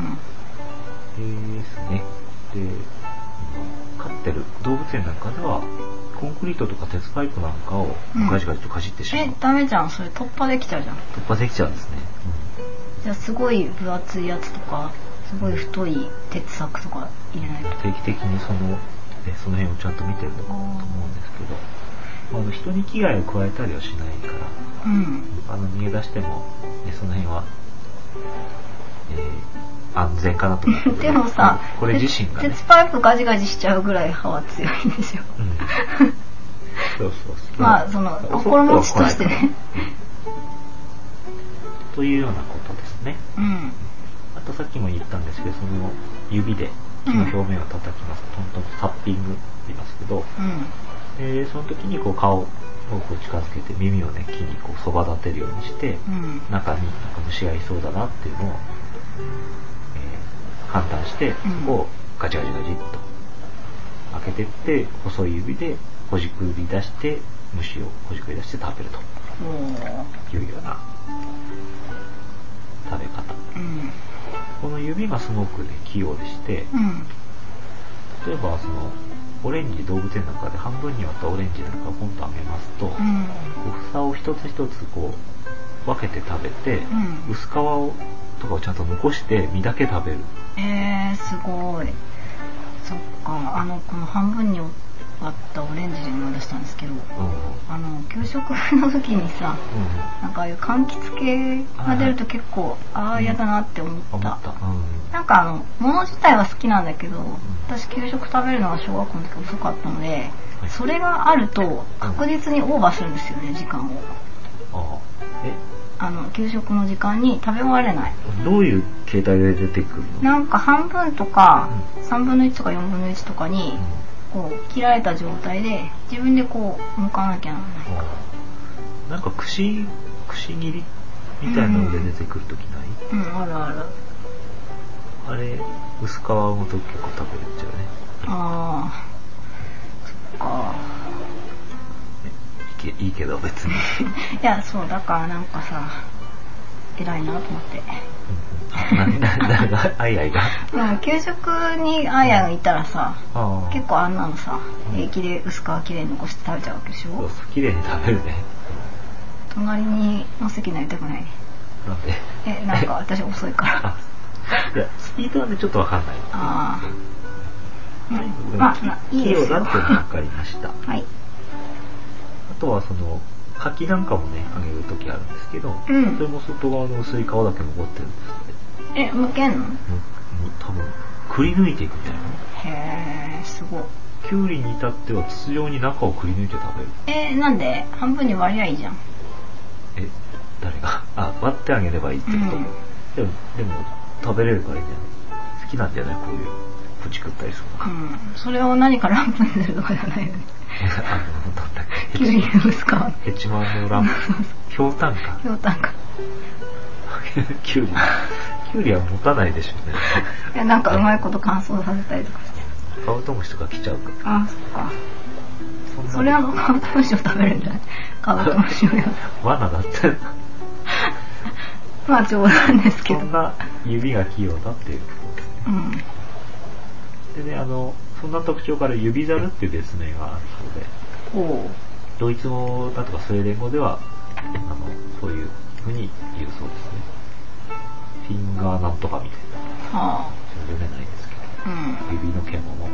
ですね。で、飼ってる動物園なんかではコンクリートとか鉄パイプなんかをガジガジとかじってしまう、うん、 え、ダメじゃん、それ突破できちゃうじゃん。 突破できちゃうんですね、 うん、じゃあすごい分厚いやつとかすごい太い鉄柵とか入れないと。 定期的にその、ね、その辺をちゃんと見てるのかと思うんですけど、あの人に危害を加えたりはしないから、うん、あの逃げ出しても、ね、その辺は、えー、安全かなと思って、ね、 でもさ、 これ自身が、ね、 鉄パイプガジガジしちゃうぐらい歯は強いんですよ、うん、 そうそうそう、 まあその心持ちとしてね、 うん、というようなことですね、 うん、 あとさっきも言ったんですけど、その指で木の表面を叩きます、うん、トントンタッピングって言いますけど、うん、でその時にこう顔をこう近づけて耳をね木にこうそば立てるようにして、うん、中になんか虫がいそうだなっていうのを、えー、判断して、そこをガチガチガチっと開けていって細い指でほじくり出して虫をほじくり出して食べるというような食べ方、うん、この指がすごく、ね、器用でして、うん、例えばそのオレンジ、動物園なんかで半分に割ったオレンジなんかをポンとあげますと、うん、房を一つ一つこう分けて食べて、うん、薄皮をとかをちゃんと残して実だけ食べる。 えー、すごい。そっか、あのこの半分に割ったオレンジで思い出したんですけど、うん、あの給食の時にさ、うん、なんかああいう柑橘系が出ると結構、はい、ああ嫌だなって思った。うん、思った、うん、なんかあの物自体は好きなんだけど、私給食食べるのは小学校の時遅かったので、それがあると確実にオーバーするんですよね、時間を。あえあの給食の時間に食べ終われない。 どういう形態で出てくるの？ なんか半分とか、うん、さんぶんのいちとかよんぶんのいちとかに、うん、こう切られた状態で自分でこう剥かなきゃならない。 なんか串串切りみたいなので出てくるときない？ うん、うん、あるある。 あれ薄皮ごと結構食べれちゃうね。 ああ、そっか。 いい, いいけど別に。 いやそうだからなんかさ偉いなと思って。 何誰がアイアイが？ でも給食にアイアイがいたらさ、うん、結構あんなのさ平気で薄皮きれいに残して食べちゃうわけでしょ。 そうそうきれいに食べるね。 隣にの席になりたくない。 なんで？ えなんか私遅いから。 いやスピードはねちょっとわかんない。 ああ。 うん、まあいいですよ。器用だっていうのが分かりました。 はい。 あとはその柿なんかもねあげるときあるんですけど、うん、それも外側の薄い皮だけ残ってるんですって。え、剥けんの？む多分くり抜いていくみたいな。 へー、すごい。 きゅうりに至っては筒状に中をくり抜いて食べる。 えー、なんで？半分に割りゃいいじゃん。 え、誰が？あ、割ってあげればいいってこと？うん、でもでも食べれるからいいんじゃない？好きなんじゃない？こういうプチ食ったりするの。 うん、それを何かランプにするとかじゃないよね。 あのなんだっけ。 キュウリの薄皮。 ヘチマのランプ。ひょうたんか。 ひょうたんか。 キュウリ。キュウリは持たないでしょうね。 いやなんかうまいこと乾燥させたりとかして。 カブトムシとか来ちゃうか。 あ、そっか。そ, それはカブトムシを食べるんじゃない？カブトムシをやる。 罠だって。 まあ冗談ですけど。 そんな指が器用だっていうことですね。うん。でね、あのそんな特徴から指ザルっていう別名があるそうで。おう。ドイツ語だとかスウェーデン語ではあのそういうふうに言うそうですね。フィンガーなんとかみたいな。はあ。読めないですけど。うん、指の獣、うん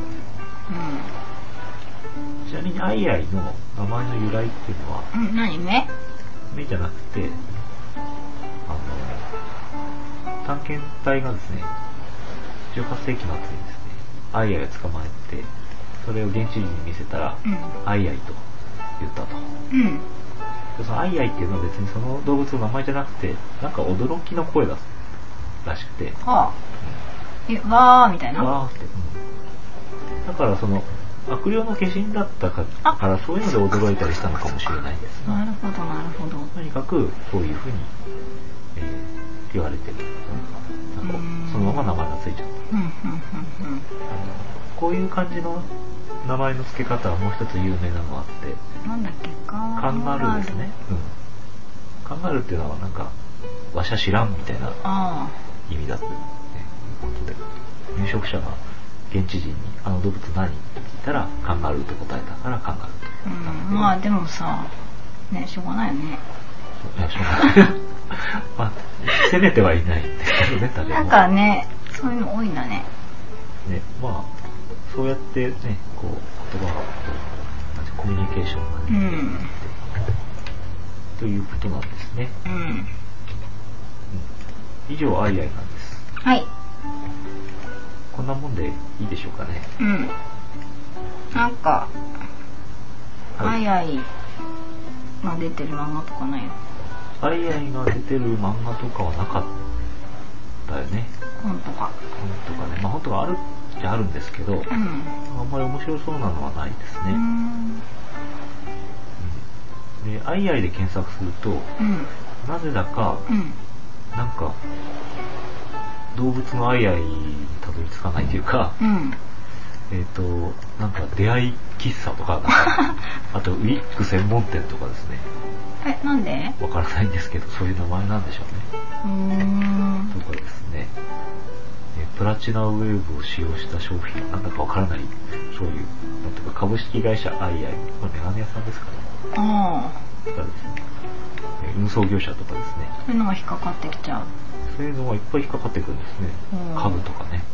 、ちなみにアイアイの名前の由来っていうのは、 うん、何目？ 目じゃなくてあの探検隊がですねじゅうはっせいきのあたりにですねアイアイを捕まえてそれを現地人に見せたら、うん、アイアイと言ったと、うん、 そのアイアイっていうのは別にその動物の名前じゃなくて、なんか驚きの声だらしくて。 はあ。え、わーみたいな。 わーって。うん、だからその、悪霊の化身だったかからそういうので驚いたりしたのかもしれないですね。 なるほど、なるほど。 とにかく、そういうふうに、えー、言われてる。なんかそのまま名前がついちゃった。 うんうんうんうん、 こういう感じの名前の付け方はもう一つ有名なのがあって、 なんだっけ、カンガルーですね。うん。カンガルーっていうのはなんか、わしゃ知らんみたいな意味だということで、入植者が現地人にあの動物何って聞いたらカンガルーと答えたからカンガルーと言ったんだけど、 うん、まあでもさ、ね、しょうがないよね。 いや、しょうがない。まあ、責めてはいないんですけどね、誰も。 なんかね、そういうの多いんだね。 ね、まあ、そうやってね、こう、言葉が、コミュニケーションがね、うん、ということなんですね。うん。うん、以上、アイアイなんです。 はい。 こんなもんでいいでしょうかね。 うん。なんか、はい、アイアイが出てる漫画とかないの？ アイアイが出てる漫画とかはなかったよね。 本とか。 本とかね。まあ本とかあるっちゃあるんですけど、うん、あんまり面白そうなのはないですね。うんで、アイアイで検索すると、うん、なぜだか、うん、なんか、動物のアイアイにたどり着かないというか、うん、えっと、なんか出会い喫茶とか、なんかあとウィッグ専門店とかですね。 え、なんで？ わからないんですけど、そういう名前なんでしょうね。うーん。とかですね。プラチナウェーブを使用した商品、なんだかわからない、そういう、なんとか株式会社アイアイ、これメガネ屋さんですかね。ああ。とかですね。運送業者とかですね。 そういうのが引っかかってきちゃう。 そういうのがいっぱい引っかかってくるんですね。家具とかね。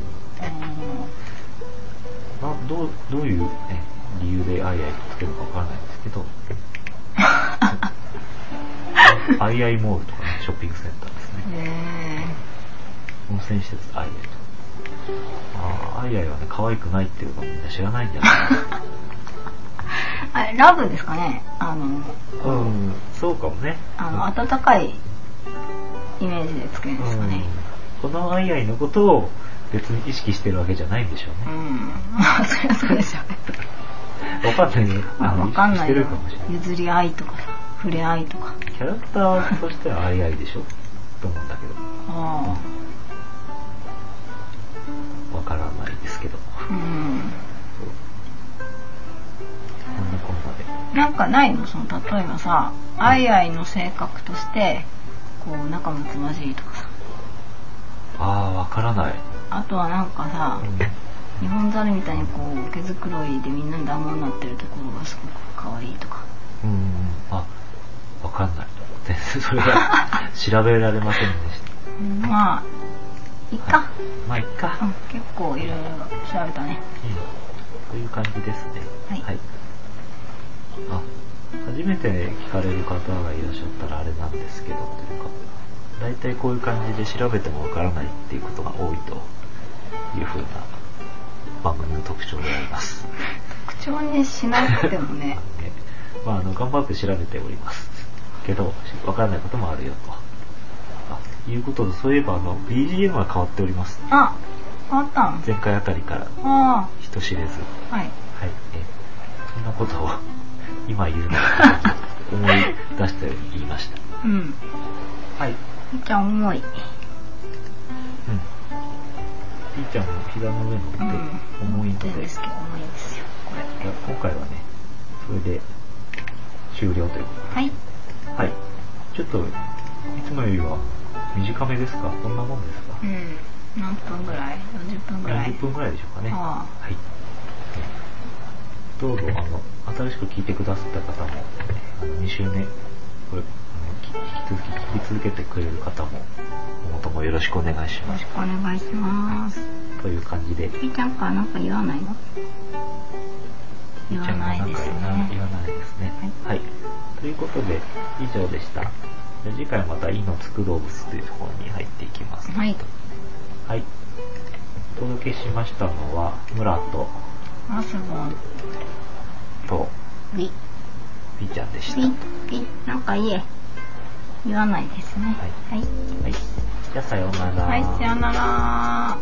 うん、などうどういう、ね、理由でアイアイとつけるのかわからないんですけど。アイアイモールとかね、ショッピングセンターですね。へー。温泉施設アイアイと。ああ、アイアイはね、可愛くないっていうのみんな知らないんじゃないかな。 あれ、ラブですかね、あの、 うん、そうかもね。 あの、温かいイメージでつけるんですかね。 うん、このアイアイのことを別に意識してるわけじゃないんでしょうね。うん、 まあ、そりゃそうでしょうね。 わかんないね。 あの、わかんないよ。譲り合いとかさ、触れ合いとか。 キャラクターとしてはアイアイでしょと思うんだけど。ああ。わからないですけど。うん。こんなこんなで。 なんかないの？その例えばさ、うん、アイアイの性格としてこう仲睦まじいとかさ。 ああ、わからない。 あとはなんかさ、うん、日本猿みたいにこう毛づくろいでみんなに団子になってるところがすごく可愛いとか。 うん、あ、わかんない。全然それは調べられませんでした。 まあ、いっか。はい、 まあ、いっか、うん。 結構いろいろ調べたね。 うん。という感じですね。はい。はい、あ、初めて聞かれる方がいらっしゃったらあれなんですけど、というか、大体こういう感じで調べてもわからないっていうことが多いというふうな番組の特徴であります。 特徴にしなくてもね。 まあ、あの、頑張って調べております。けど、わからないこともあるよと。あ、いうことで、そういえば、あの、ビージーエム が変わっております。 あ、変わったの？ 前回あたりから、 あ人知れず。 はい。はい。 え、そんなことを、今言うのか思い出したように言いました。うん。はい。 ピーちゃん重い。うん。 ピーちゃんも膝の上乗って重いので。 うん、ですけど重いですよ、これ。 いや、今回はね、それで終了ということで。 はい。 はい。ちょっと、いつもよりは短めですか？こんなもんですか？ うん。何分ぐらい？よんじゅっぷんぐらい？ よんじゅっぷんぐらいでしょうかね。 ああ。 はい。どうぞ、あの、新しく聞いてくださった方も、あのに週目、これ、あの、引き続き聞き続けてくれる方も、今後ともよろしくお願いします。 よろしくお願いします。 という感じで。 ピーちゃんからなんか言わないの？ ピーちゃんがなんか言わないですね。はい。はい。ということで、以上でした。次回また「いのつく動物」というところに入っていきます。 はい。 はい。お届けしましたのは、村と、 マスボンと、 リ、 フピーちゃんでした。 ピピなんかいえ言わないですね。はい。はい。 はい、じゃあさようなら。 はい、さようなら。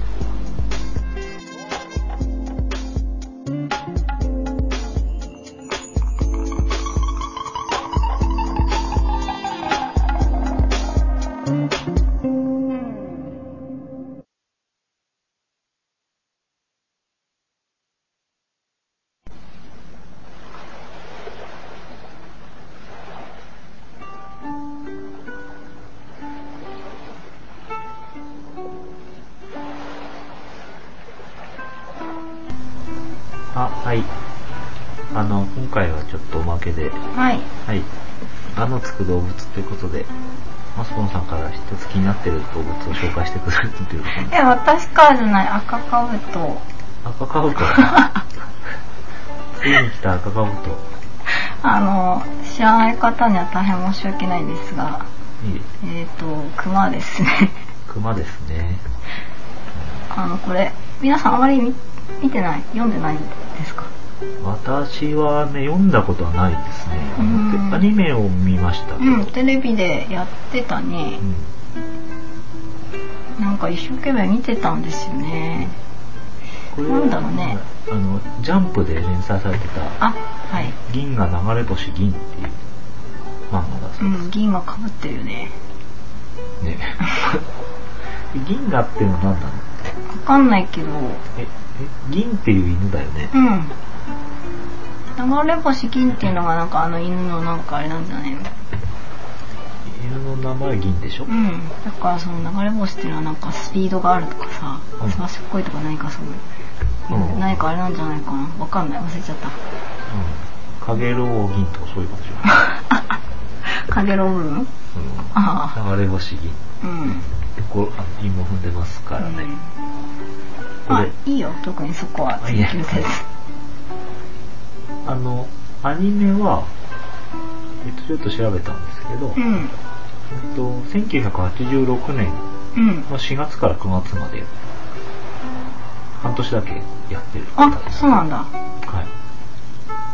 あ、はい。あの、今回はちょっとおまけで、 はい。 はい。がのつく動物ということで、マスポンさんから一つ気になっている動物を紹介してくれるということで。 え、私からじゃない、赤かぶと。 赤かぶとついに来た赤かぶと。 あの、知らない方には大変申し訳ないんですが、いいえっ、ー、と、熊ですね。 熊ですね。 あの、これ、皆さんあまり見見てない、読んでないんですか？ 私はね、読んだことはないですね。アニメを見ましたけど。 うん、テレビでやってたね。うん、なんか一生懸命見てたんですよね。これなんだろうね。 あの、ジャンプで連載されてた、 あ、はい。 銀河流れ星銀っていう漫画だそうです。 うん、銀河かぶってるよね。 ね。銀河っていうのは何なの？わかんないけど。 え、え、銀っていう犬だよね。 うん。流れ星銀っていうのがなんかあの犬のなんかあれなんじゃないの？ 犬の名前銀でしょ？ うん。だからその流れ星っていうのはなんかスピードがあるとかさ、うん、すっごいとか何かそういう、うん、何かあれなんじゃないかな。わかんない。忘れちゃった。うん。 かげろう銀とかそういうことでしょ？ かげろう部分？うん。 ああ。流れ星銀。うん。こあの韻も踏んでますからね。 うん、あ、いいよ。特にそこは追求せず。 あの、アニメは、えっと、ちょっと調べたんですけど、うん、えっと、せんきゅうひゃくはちじゅうろくねんのしがつからくがつまで、半年だけやってる。 あ、そうなんだ。 はい。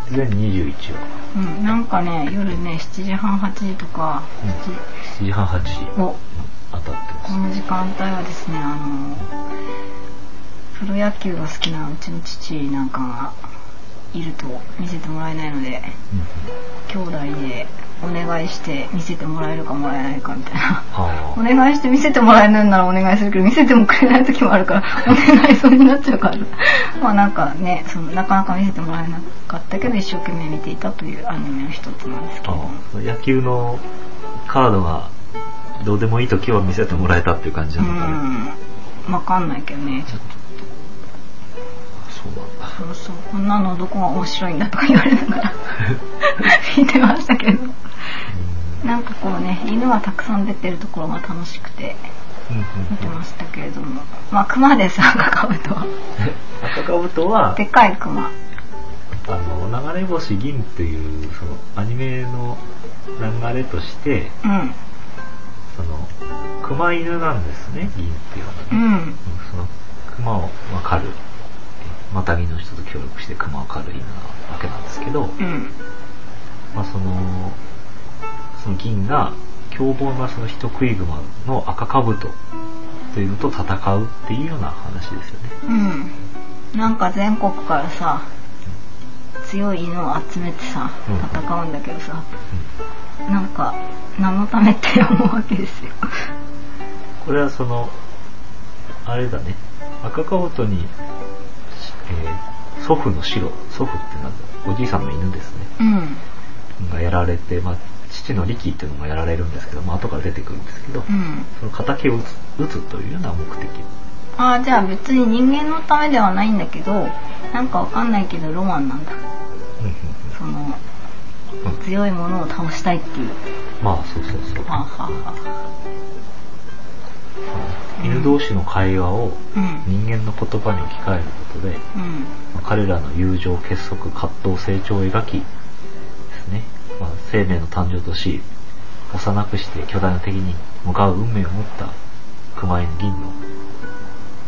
全にじゅういちわ。 うん、なんかね、夜ね、しちじはん、はちじとか、 うん、しちじはん、はちじ。お、当たってます。 この時間帯はですね、あの、プロ野球が好きなうちの父なんかがいると見せてもらえないので、うん、兄弟でお願いして見せてもらえるかもらえないかみたいな。お願いして見せてもらえないならお願いするけど、見せてもくれない時もあるからお願いそうになっちゃうからまあなんかね、そのなかなか見せてもらえなかったけど一生懸命見ていたというアニメの一つなんですけど、 野球のカードがどうでもいい時は見せてもらえたっていう感じなのかな。 うん、わかんないけどね、ちょっと。 そうなんだ。 そうそう、こんなのどこが面白いんだとか言われながら見てましたけど、なんかこうね、犬がたくさん出てるところが楽しくて見てましたけれども、まあ熊です。赤かぶとは赤かぶとはでかい熊。 あの流れ星銀っていうそのアニメの流れとして、うん、その熊犬なんですね、銀っていうのはね、うん、その熊を、まあ、狩るマタギの人と協力して熊を狩る犬なわけなんですけど、うん、まあそのその銀が凶暴なその人食い熊の赤かぶとというのと戦うっていうような話ですよね。 うん。なんか全国からさ、強い犬を集めてさ、戦うんだけどさ、うん、なんか何のためって思うわけですよ。 これはそのあれだね、赤かぶとに、えー、祖父の白、祖父ってなんだ、おじいさんの犬ですね、うん、がやられて、まあ、父の力っていうのもやられるんですけど、まあ後から出てくるんですけど、うん、その敵を撃つ、撃つというような目的。 ああ、じゃあ別に人間のためではないんだけど、なんかわかんないけどロマンなんだ。その、うん、強いものを倒したいっていう。 まあそうそうそう。はあはあはあ、犬同士の会話を人間の言葉に置き換えることで、うん、まあ、彼らの友情、結束、葛藤、成長を描きですね、まあ、生命の誕生とし、幼くして巨大な敵に向かう運命を持った熊犬銀の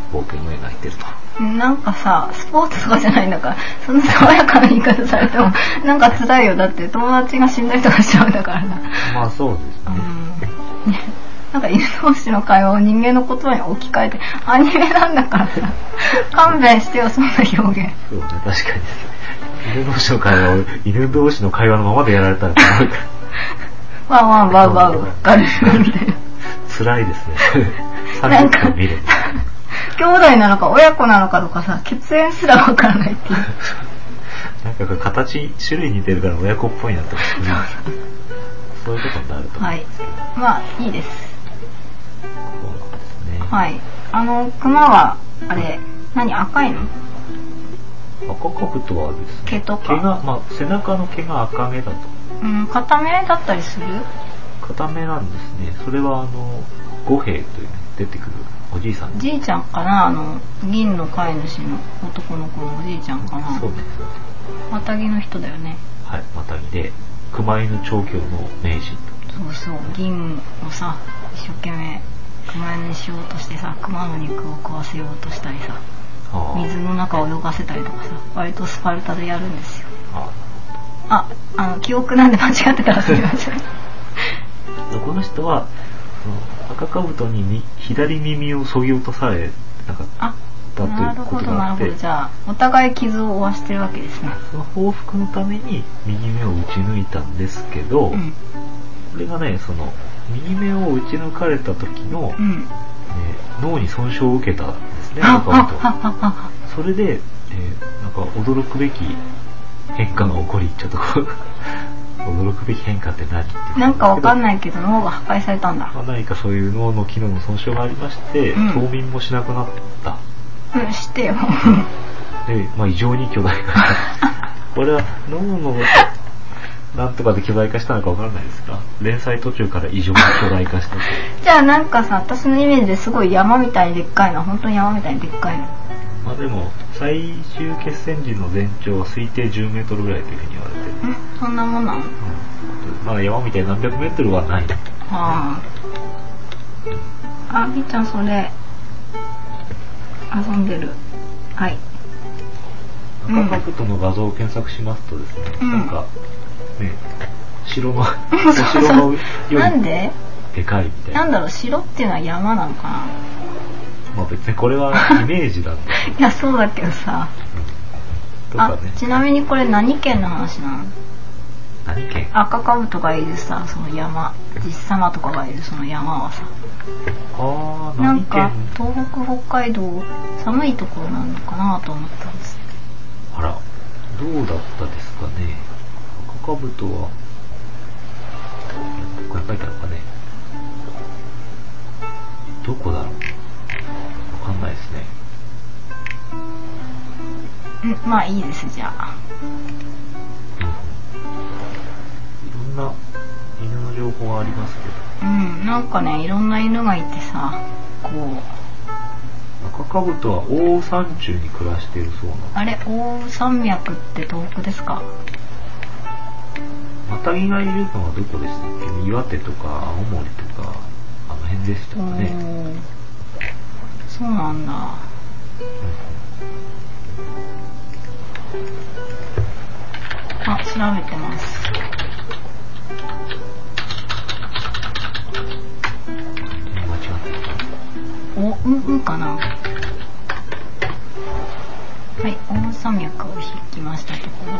冒険を描いてると。 なんかさ、スポーツとかじゃないんだから、そんな爽やかな言い方されてもなんか辛いよ。だって友達が死んだりとかしちゃうんだからな。 まあそうですね。 うん、ね、なんか犬同士の会話を人間の言葉に置き換えて、アニメなんだからさ、勘弁してよ、そんな表現。 そうね、確かに。犬同士の会話を犬同士の会話のままでやられたらなんかワンワンバウバウガルルみたいな。 辛いですね。 なんか見る兄弟なのか親子なのかとかさ、血縁すらわからないっていう。 なんか形種類似てるから親子っぽいなって思って、そういうことになると思うんですけど、 はい、まあいいです。 そうなんですね。 はい。あのクマはあれ何赤いの？ 赤かぶとはですね、 毛とか毛が、まあ、背中の毛が赤毛だと。 うん、固めだったりする？ 固めなんですね。それはあの五兵という出てくるおじいさん。 じいちゃんかな、あの銀の飼い主の男の子のおじいちゃんかな。 そうです。 マタギの人だよね。 はい、マタギで熊犬調教の名人。 そうそう、銀をさ一生懸命熊犬にしようとしてさ、熊の肉を食わせようとしたりさ、水の中を泳がせたりとかさ、割とスパルタでやるんですよ。 ああ、あの記憶なんで間違ってたらすみません。 この人はその赤かぶとに左耳を削ぎ落とされなかったということがあって、 じゃあお互い傷を負わしてるわけですね。 その報復のために右目を打ち抜いたんですけど、うん、これがね、その右目を打ち抜かれた時の、うんね、脳に損傷を受けたんですね、赤かぶとは。それで、えー、なんか驚くべき変化が起こり、ちょっとこう驚くべき変化って何ってなんかわかんないけど脳が破壊されたんだ。 まあ、何かそういう脳の機能の損傷がありまして、うん、冬眠もしなくなった。 うん、してよ。 で、まあ異常に巨大化した。これは脳のなんとかで巨大化したのかわからないですが、連載途中から異常に巨大化した。 じゃあなんかさ、私のイメージですごい山みたいにでっかいの、本当に山みたいにでっかいの。 まあでも最終決戦時の全長は推定じゅうメートルぐらいというふうに言われてる。 ん、そんなもんなの？うん、 まあ山みたいに何百メートルはない。 はあ。あ、みーちゃんそれ遊んでる。はい。 赤かぶとの画像を検索しますとですね、うん、なんかね、城の城のよりなんででかいみたいな。 なんだろう、城っていうのは山なのかな。 まあ別にこれはイメージなんで。 いやそうだけどさ。うん、とかね。あ、ちなみにこれ何県の話なの？ 何県？ 赤かぶとがいるさ、その山、実様とかがいるその山はさ。 ああ、 なんか東北北海道寒いところなのかなと思ったんです。 あら、どうだったですかね。赤かぶとはこれ書いてあるかね。どこだろう。わかんないですね。 うん、まあいいですじゃあ。 うん、いろんな犬の情報はありますけど。 うん、なんかね、いろんな犬がいてさ、こう。 赤かぶとは奥羽山中に暮らしているそうなんです。 あれ、奥羽山脈って東北ですか？ マタギがいるのはどこでしたっけね。岩手とか青森とかあの辺でしたかね。 そうなんだ。うん、あ、調べてます。 間違ってた。 お、うんうんかな。はい、奥羽山脈を引きましたところ。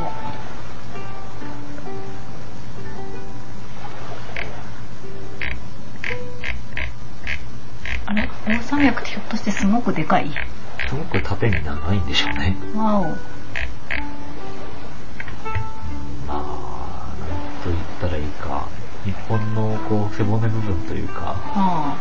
あれ、奥羽山脈ってひょっとしてすごくでかい？ すごく縦に長いんでしょうね。 わお。 まあ、なんと言ったらいいか。日本のこう背骨部分というか。は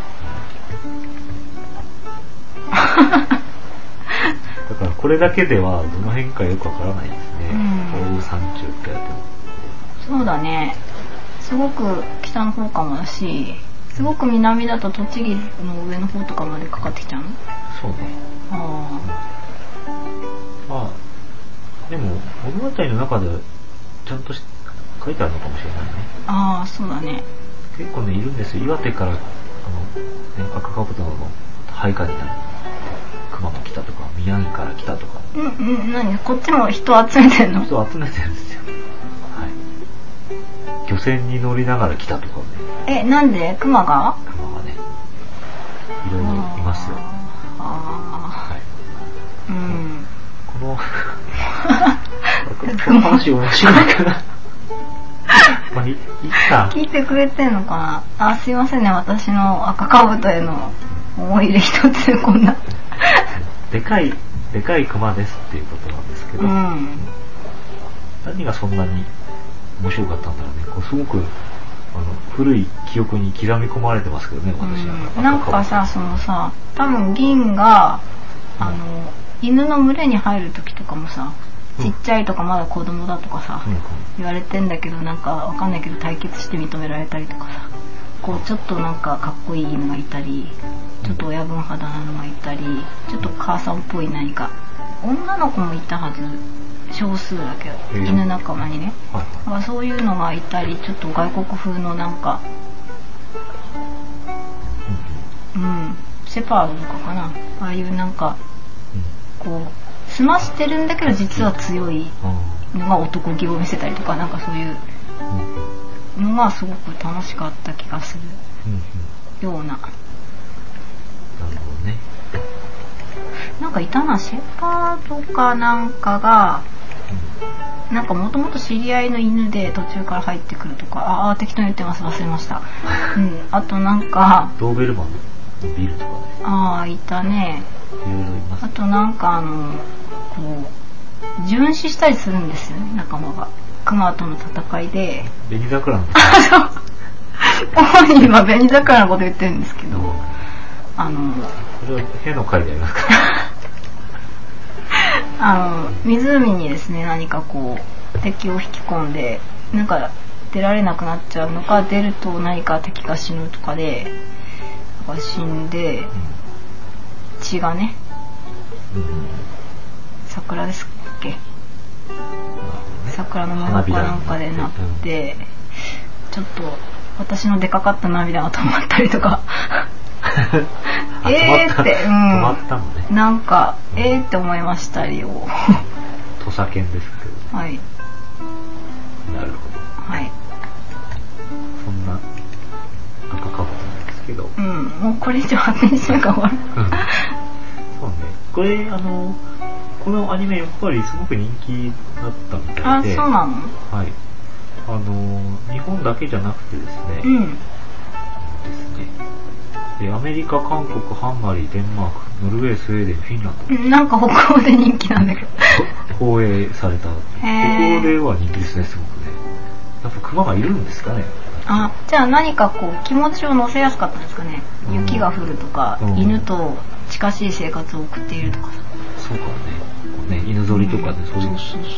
あ。だからこれだけではどの辺かよくわからないですね。奥羽山中ってやっても。 そうだね。すごく北の方かもだし、すごく南だと栃木の上の方とかまでかかってきちゃうの？ そうね。ああ。まあでも物語の中でちゃんとし書いてあるのかもしれないね。 ああ、そうだね。 結構ねいるんですよ。岩手からあの、ね、赤かぶとの配下になる熊熊が来たとか、宮城から来たとか。 うんうん、何こっちも人集めてんの？ 人集めてるんですよ。はい。漁船に乗りながら来たとかね。 え、なんで熊が？ 熊がね、いろいろいますよ。 ああ。はい。うん。 この、この話面白いかな。まあ、いいか。 聞いてくれてんのかな。あ、すいませんね、私の赤かぶとへの思い入れ一つでこんな。 でかい、でかい熊ですっていうことなんですけど、うん、何がそんなに面白かったんだろうね。こうすごくあの古い記憶に刻み込まれてますけどね、私は、 うん。なんかさ、そのさ、多分銀があの、うん、犬の群れに入る時とかもさ、ちっちゃいとかまだ子供だとかさ、うん、言われてんだけど、なんかわかんないけど対決して認められたりとかさ、こうちょっとなんかかっこいい犬がいたり、ちょっと親分肌なのがいたり、ちょっと母さんっぽい何か女の子もいたはず、少数だけど、えー、犬仲間にね、はいはい、だからそういうのがいたり、ちょっと外国風のなんか、うん、うん、シェパードとかかな、ああいうなんか、うん、こう済ましてるんだけど実は強いのが男気を見せたりとか、なんかそういうのがすごく楽しかった気がするような。なるほどね。 なんかいたな、シェパードかなんかが、うん、なんかもともと知り合いの犬で途中から入ってくるとか、ああ適当に言ってます、忘れました。うん、あとなんかドーベルマンのビルとかね。 ああいたね。いろいろいます。あとなんかあのこう巡視したりするんですよね、仲間が。クマとの戦いで。 紅桜のこと。 そう。主に今紅桜のこと言ってるんですけど、うん、あの。 これは兵の会でありますか。 あの湖にですね、何かこう敵を引き込んで、なんか出られなくなっちゃうのか、出ると何か敵が死ぬとかで、なんか死んで、うん、血がね。うん、桜ですっけ、ね、桜の花かなんかでなって、うん、ちょっと私のでかかった涙が止まったりとかえーって、うん、 止まったのね、 なんかえーって思いましたよ。 土佐犬ですけど、 はい、 なるほど、 はい、 そんな赤かぶとなんですけど、 うん、もうこれ以上発展しないから終わる、うん、 そうね、これあのこのアニメやっぱりすごく人気だったみたいで。 あ、そうなの？ はい。あの日本だけじゃなくてですね。 うん。 ですね。でアメリカ、韓国、ハンガリー、デンマーク、ノルウェー、スウェーデン、フィンランド。なんか北欧で人気なんだけど。 放映された。北欧では人気ですね、すごくね。やっぱクマがいるんですかね。 あ、じゃあ何かこう気持ちを乗せやすかったんですかね。雪が降るとか、うん、犬と近しい生活を送っているとかさ。 そうかね。ね、犬ぞりとかね、うん、そういう。そうそうそうそう。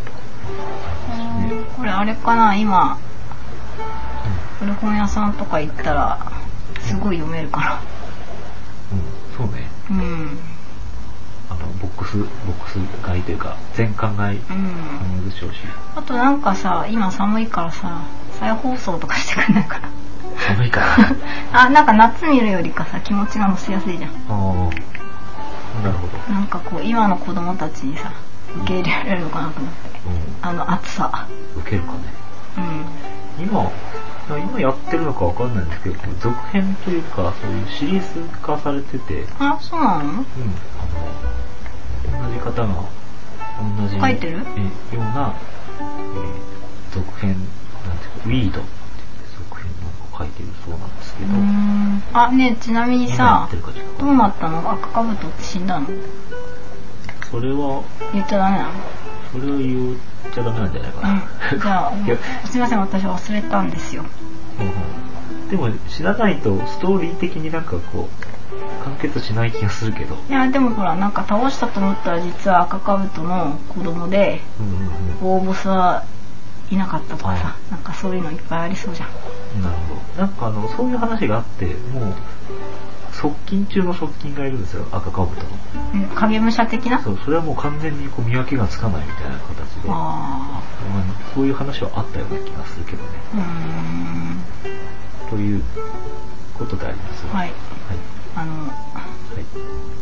ね、これあれかな、今、うん、古本屋さんとか行ったらすごい読めるかな。 うん、そうね。うん。あのボックスボックス買いというか全巻買い思うでしょうし、 うん。あとなんかさ、今寒いからさ、再放送とかしてくんないかな。 寒いから。 あ、なんか夏見るよりかさ気持ちが乗せやすいじゃん。ああ、なるほど。 なんかこう今の子供たちにさ受け入れられるのかなと思って、うん、あの暑さ。 受けるかね。うん。今今やってるのかわかんないんですけど、続編というかそういうシリーズ化されてて。 あ、そうなの？うん。 あの同じ方が同じ書いてるような、えー、続編なんていうかウィードって続編を書いてるそうなんですけど。うーん。あ、ね、ちなみにさ、どうなったの？赤かぶとって死んだの？ それは言っちゃダメなの？ それは言っちゃダメなんじゃないかな。 うん、じゃあすいません、私忘れたんですよ。 うんうん、でも知らないとストーリー的になんかこう完結しない気がするけど。 いやでもほら、なんか倒したと思ったら実は赤かぶとの子供で、うんうんうん、大ボスはいなかったとかさ、なんかそういうのいっぱいありそうじゃん。 なるほど。なんかあのそういう話があって、もう側近中の側近がいるんですよ、赤かぶとの。 うん、影武者的な？ そう、それはもう完全にこう見分けがつかないみたいな形で、あ、そういう話はあったような気がするけどね。うーん、ということであります。 はい。はい。あの、はい。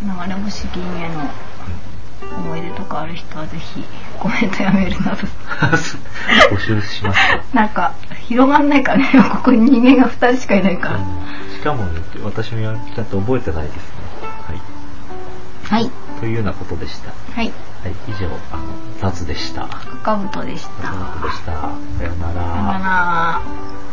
流れ星議員への思い出とかある人はぜひコメントやメールなど募集しますか。 なんか広がんないかね、ここに人間がふたりしかいないから、うん、 しかも、ね、私もちゃんと覚えてないですね。はい、はい、というようなことでした。はい、はい、以上あの雑でした。 かかぶとでした。 かかぶとでした。さようなら。 さようなら。